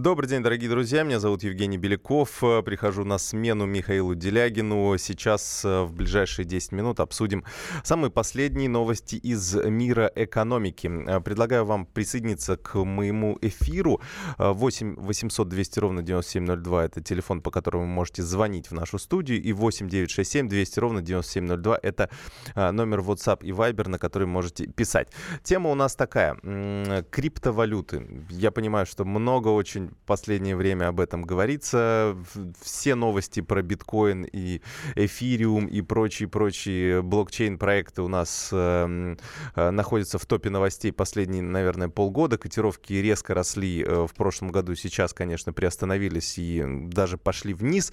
Добрый день, дорогие друзья. Меня зовут Евгений Беляков. Прихожу на смену Михаилу Делягину. Сейчас в ближайшие 10 минут обсудим самые последние новости из мира экономики. Предлагаю вам присоединиться к моему эфиру. 8 800 200 ровно 9702 — это телефон, по которому вы можете звонить в нашу студию. И 8 967 200 ровно 9702 — это номер WhatsApp и Viber, на который можете писать. Тема у нас такая. Криптовалюты. Я понимаю, что много очень в последнее время об этом говорится. Все новости про биткоин и эфириум и прочие блокчейн-проекты у нас находятся в топе новостей последние, наверное, полгода. Котировки резко росли в прошлом году. Сейчас, конечно, приостановились и даже пошли вниз.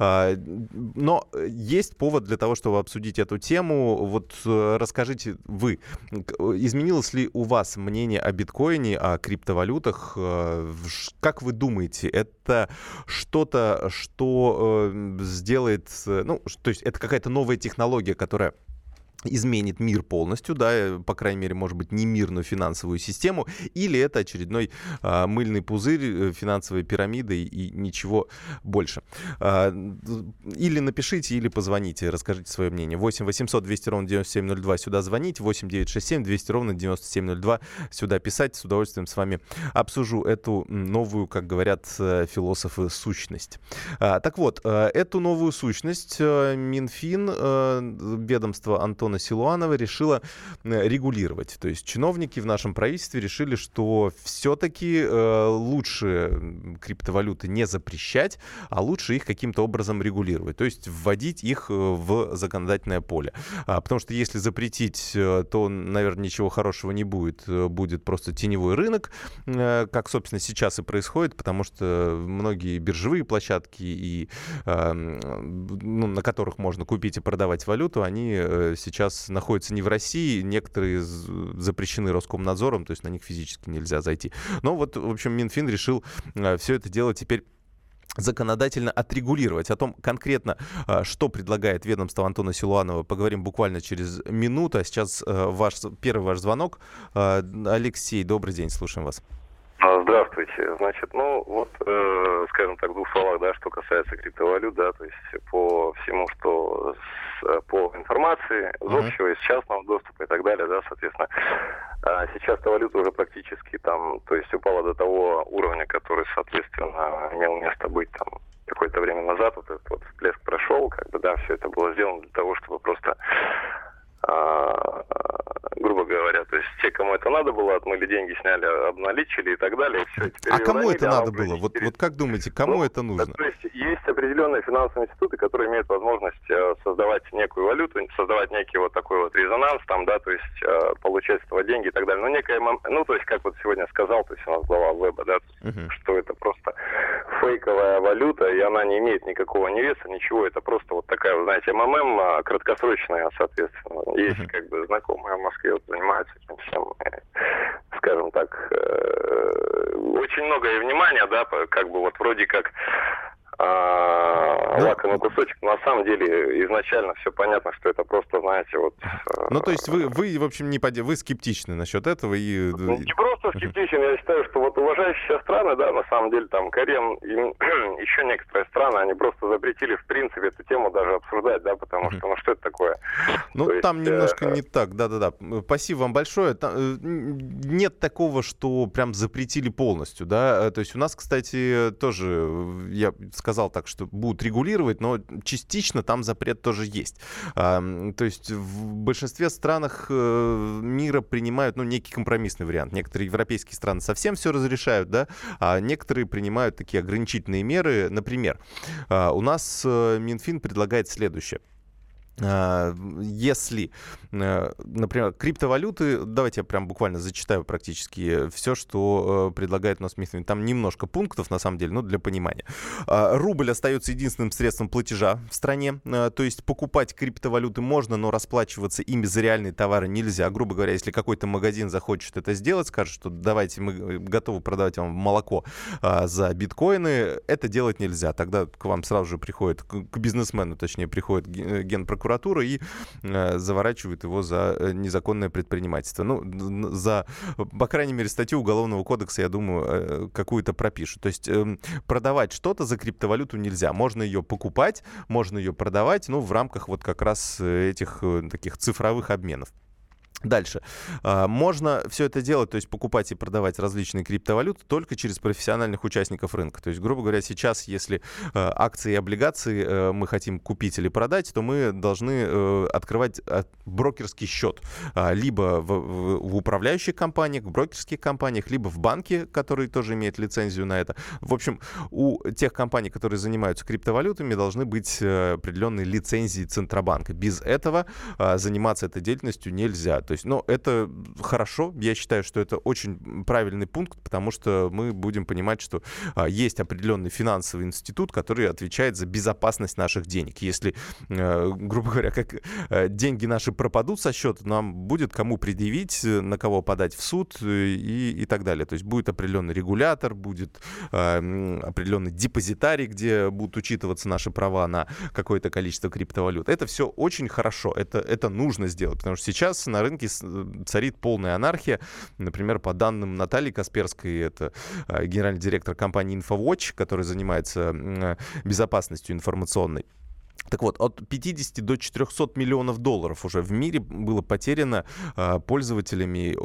Но есть повод для того, чтобы обсудить эту тему. Вот расскажите вы, изменилось ли у вас мнение о биткоине, о криптовалютах? Как вы думаете, это что-то, что сделает, то есть это какая-то новая технология, которая изменит мир полностью, да, по крайней мере, может быть, не мир, но финансовую систему, или это очередной мыльный пузырь, финансовой пирамиды и ничего больше. Или напишите, или позвоните, расскажите свое мнение. 8 800 200 ровно 9702 сюда звонить, 8 967 200 ровно 9702 сюда писать. С удовольствием с вами обсужу эту новую, как говорят философы, сущность. Так вот, эту новую сущность Минфин, ведомство Антона Силуанова, решила регулировать. То есть чиновники в нашем правительстве решили, что все-таки лучше криптовалюты не запрещать, а лучше их каким-то образом регулировать. То есть вводить их в законодательное поле. Потому что если запретить, то, наверное, ничего хорошего не будет. Будет просто теневой рынок, как, собственно, сейчас и происходит, потому что многие биржевые площадки, на которых можно купить и продавать валюту, они сейчас находятся не в России, некоторые запрещены Роскомнадзором, то есть на них физически нельзя зайти. Но вот, в общем, Минфин решил все это дело теперь законодательно отрегулировать. О том конкретно, что предлагает ведомство Антона Силуанова, поговорим буквально через минуту. А сейчас первый ваш звонок. Алексей, добрый день, слушаем вас. Здравствуйте. Значит, скажем так, в двух словах, да, что касается криптовалют, да, то есть по всему, что по информации из общего, из частного доступа и так далее, да, соответственно, сейчас эта валюта уже практически там, то есть упала до того уровня, который, соответственно, имел место быть там какое-то время назад, вот этот вот всплеск прошел, как бы, да, все это было сделано для того, чтобы просто грубо говоря, то есть те, кому это надо было, отмыли деньги, сняли, обналичили и так далее. И все, а кому это надо было? Вот как думаете, кому это нужно? То есть есть определенные финансовые институты, которые имеют возможность создавать некую валюту, создавать некий вот такой вот резонанс, там, да, то есть получать с этого деньги и так далее. Но некая, то есть как вот сегодня сказал, то есть у нас глава Веба, да, что это просто фейковая валюта, и она не имеет никакого ни веса, ничего, это просто вот такая, вы знаете, МММ краткосрочная, соответственно. Есть как бы знакомые в Москве вот, занимаются этим всем, скажем так, очень многое внимания, да, как бы вот вроде как лакомый кусочек. На самом деле изначально все понятно, что это просто, знаете, вот... то есть вы в общем, вы скептичны насчет этого и... Не просто скептичен, я считаю, что вот уважающие страны, да, на самом деле, там, Корея и еще некоторые страны, они просто запретили, в принципе, эту тему даже обсуждать, да, потому что, что это такое? Там немножко не так, да-да-да. Спасибо вам большое. Нет такого, что прям запретили полностью, да, то есть у нас, кстати, тоже, я сказал так, что будут регулировать, но частично там запрет тоже есть. То есть в большинстве странах мира принимают, некий компромиссный вариант. Некоторые европейские страны совсем все разрешают, да, а некоторые принимают такие ограничительные меры. Например, у нас Минфин предлагает следующее. Если, например, криптовалюты, давайте я прям буквально зачитаю практически все, что предлагает у нас Минфин. Там немножко пунктов, на самом деле, для понимания. Рубль остается единственным средством платежа в стране, то есть покупать криптовалюты можно, но расплачиваться ими за реальные товары нельзя. Грубо говоря, если какой-то магазин захочет это сделать, скажет, что давайте, мы готовы продавать вам молоко за биткоины, это делать нельзя. Тогда к вам сразу же приходит, к бизнесмену, точнее, приходит генпрокуратура прокуратура и заворачивают его за незаконное предпринимательство. Ну, по крайней мере, статью Уголовного кодекса, я думаю, какую-то пропишут. То есть продавать что-то за криптовалюту нельзя. Можно ее покупать, можно ее продавать, в рамках вот как раз этих таких цифровых обменов. Дальше. Можно все это делать, то есть покупать и продавать различные криптовалюты только через профессиональных участников рынка. То есть, грубо говоря, сейчас, если акции и облигации мы хотим купить или продать, то мы должны открывать брокерский счет. Либо в управляющих компаниях, в брокерских компаниях, либо в банке, который тоже имеет лицензию на это. В общем, у тех компаний, которые занимаются криптовалютами, должны быть определенные лицензии Центробанка. Без этого заниматься этой деятельностью нельзя. То есть, это хорошо. Я считаю, что это очень правильный пункт, потому что мы будем понимать, что есть определенный финансовый институт, который отвечает за безопасность наших денег. Если, грубо говоря, как деньги наши пропадут со счета, нам будет кому предъявить, на кого подать в суд и так далее. То есть будет определенный регулятор, будет определенный депозитарий, где будут учитываться наши права на какое-то количество криптовалют. Это все очень хорошо. Это нужно сделать, потому что сейчас на рынке царит полная анархия. Например, по данным Натальи Касперской, это генеральный директор компании InfoWatch, который занимается безопасностью информационной. Так вот, от 50 до 400 миллионов долларов уже в мире было потеряно пользователями,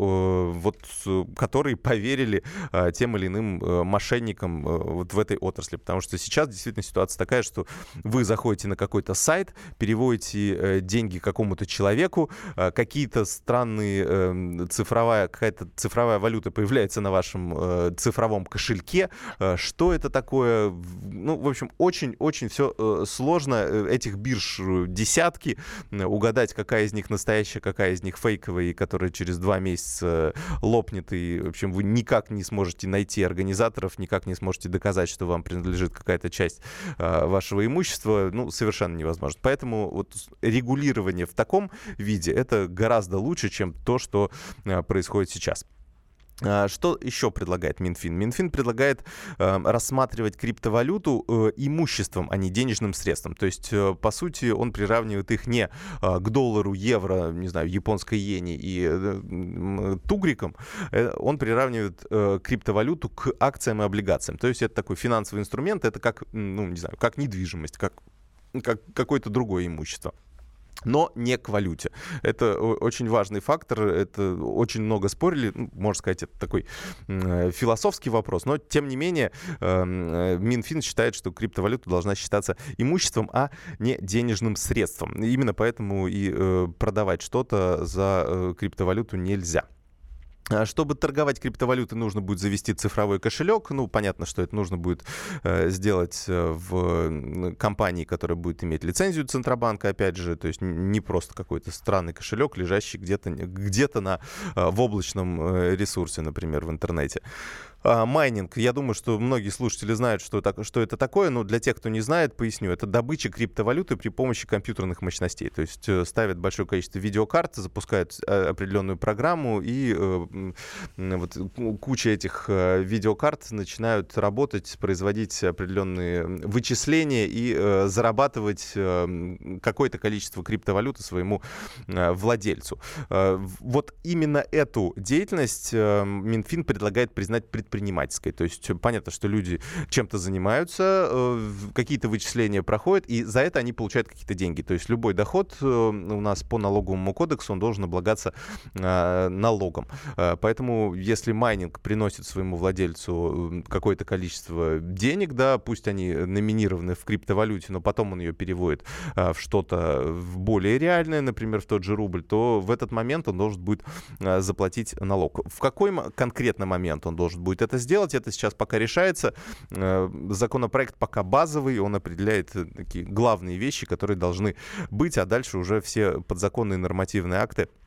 которые поверили тем или иным мошенникам вот в этой отрасли. Потому что сейчас действительно ситуация такая, что вы заходите на какой-то сайт, переводите деньги какому-то человеку, какие-то странные какая-то цифровая валюта появляется на вашем цифровом кошельке. Что это такое? В общем, очень-очень все сложно. Этих бирж десятки. Угадать, какая из них настоящая, какая из них фейковая, и которая через 2 месяца лопнет. И, в общем, вы никак не сможете найти организаторов, никак не сможете доказать, что вам принадлежит какая-то часть вашего имущества. Совершенно невозможно. Поэтому вот регулирование в таком виде это гораздо лучше, чем то, что происходит сейчас. Что еще предлагает Минфин? Минфин предлагает рассматривать криптовалюту имуществом, а не денежным средством. То есть, по сути, он приравнивает их не к доллару, евро, не знаю, японской иене и тугрикам. Он приравнивает криптовалюту к акциям и облигациям. То есть это такой финансовый инструмент, это как, как недвижимость, как какое-то другое имущество. Но не к валюте. Это очень важный фактор, это очень много спорили, можно сказать, это такой философский вопрос, но тем не менее Минфин считает, что криптовалюта должна считаться имуществом, а не денежным средством. Именно поэтому и продавать что-то за криптовалюту нельзя. Чтобы торговать криптовалютой, нужно будет завести цифровой кошелек. Понятно, что это нужно будет сделать в компании, которая будет иметь лицензию Центробанка, опять же. То есть не просто какой-то странный кошелек, лежащий где-то в облачном ресурсе, например, в интернете. Майнинг. Я думаю, что многие слушатели знают, что это такое, но для тех, кто не знает, поясню. Это добыча криптовалюты при помощи компьютерных мощностей. То есть ставят большое количество видеокарт, запускают определенную программу, и куча этих видеокарт начинают работать, производить определенные вычисления и зарабатывать какое-то количество криптовалюты своему владельцу. Вот именно эту деятельность Минфин предлагает признать предпринимательской. То есть понятно, что люди чем-то занимаются, какие-то вычисления проходят, и за это они получают какие-то деньги. То есть любой доход у нас по налоговому кодексу, он должен облагаться налогом. Поэтому если майнинг приносит своему владельцу какое-то количество денег, да, пусть они номинированы в криптовалюте, но потом он ее переводит в что-то более реальное, например, в тот же рубль, то в этот момент он должен будет заплатить налог. В какой конкретно момент он должен будет это сделать, это сейчас пока решается. Законопроект пока базовый, он определяет такие главные вещи, которые должны быть, а дальше уже все подзаконные нормативные акты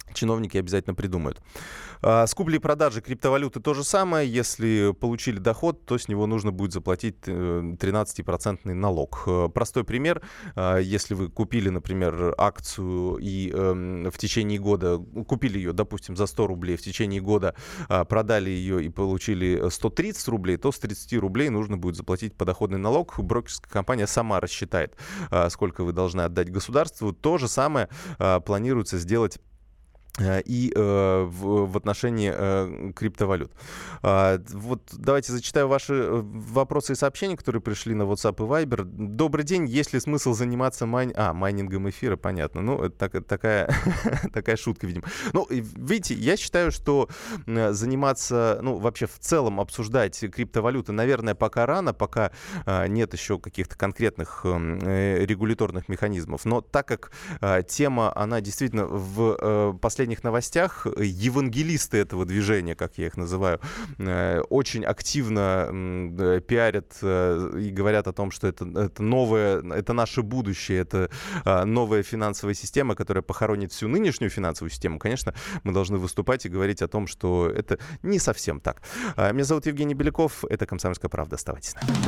чиновники обязательно придумают. С куплей-продажей криптовалюты то же самое. Если получили доход, то с него нужно будет заплатить 13% налог. Простой пример. Если вы купили, например, акцию и в течение года, купили ее, допустим, за 100 рублей, в течение года продали ее и получили 130 рублей, то с 30 рублей нужно будет заплатить подоходный налог. Брокерская компания сама рассчитает, сколько вы должны отдать государству. То же самое планируется сделать и в отношении криптовалют. Вот давайте зачитаю ваши вопросы и сообщения, которые пришли на WhatsApp и Viber. Добрый день. Есть ли смысл заниматься майнингом эфира? Понятно. Ну, это такая шутка, видимо. Ну, видите, я считаю, что заниматься, ну, вообще в целом обсуждать криптовалюты, наверное, пока рано, пока нет еще каких-то конкретных регуляторных механизмов. Но так как тема, она действительно в последних новостях, евангелисты этого движения, как я их называю, очень активно пиарят и говорят о том, что это новое, это наше будущее, это новая финансовая система, которая похоронит всю нынешнюю финансовую систему. Конечно, мы должны выступать и говорить о том, что это не совсем так. Меня зовут Евгений Беляков, это «Комсомольская правда». Оставайтесь с нами.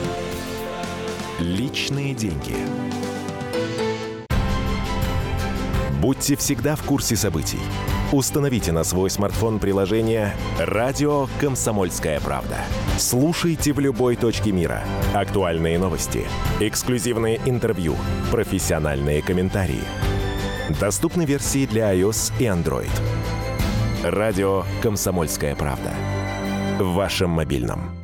Личные деньги. Будьте всегда в курсе событий. Установите на свой смартфон приложение «Радио Комсомольская правда». Слушайте в любой точке мира. Актуальные новости, эксклюзивные интервью, профессиональные комментарии. Доступны версии для iOS и Android. «Радио Комсомольская правда». В вашем мобильном.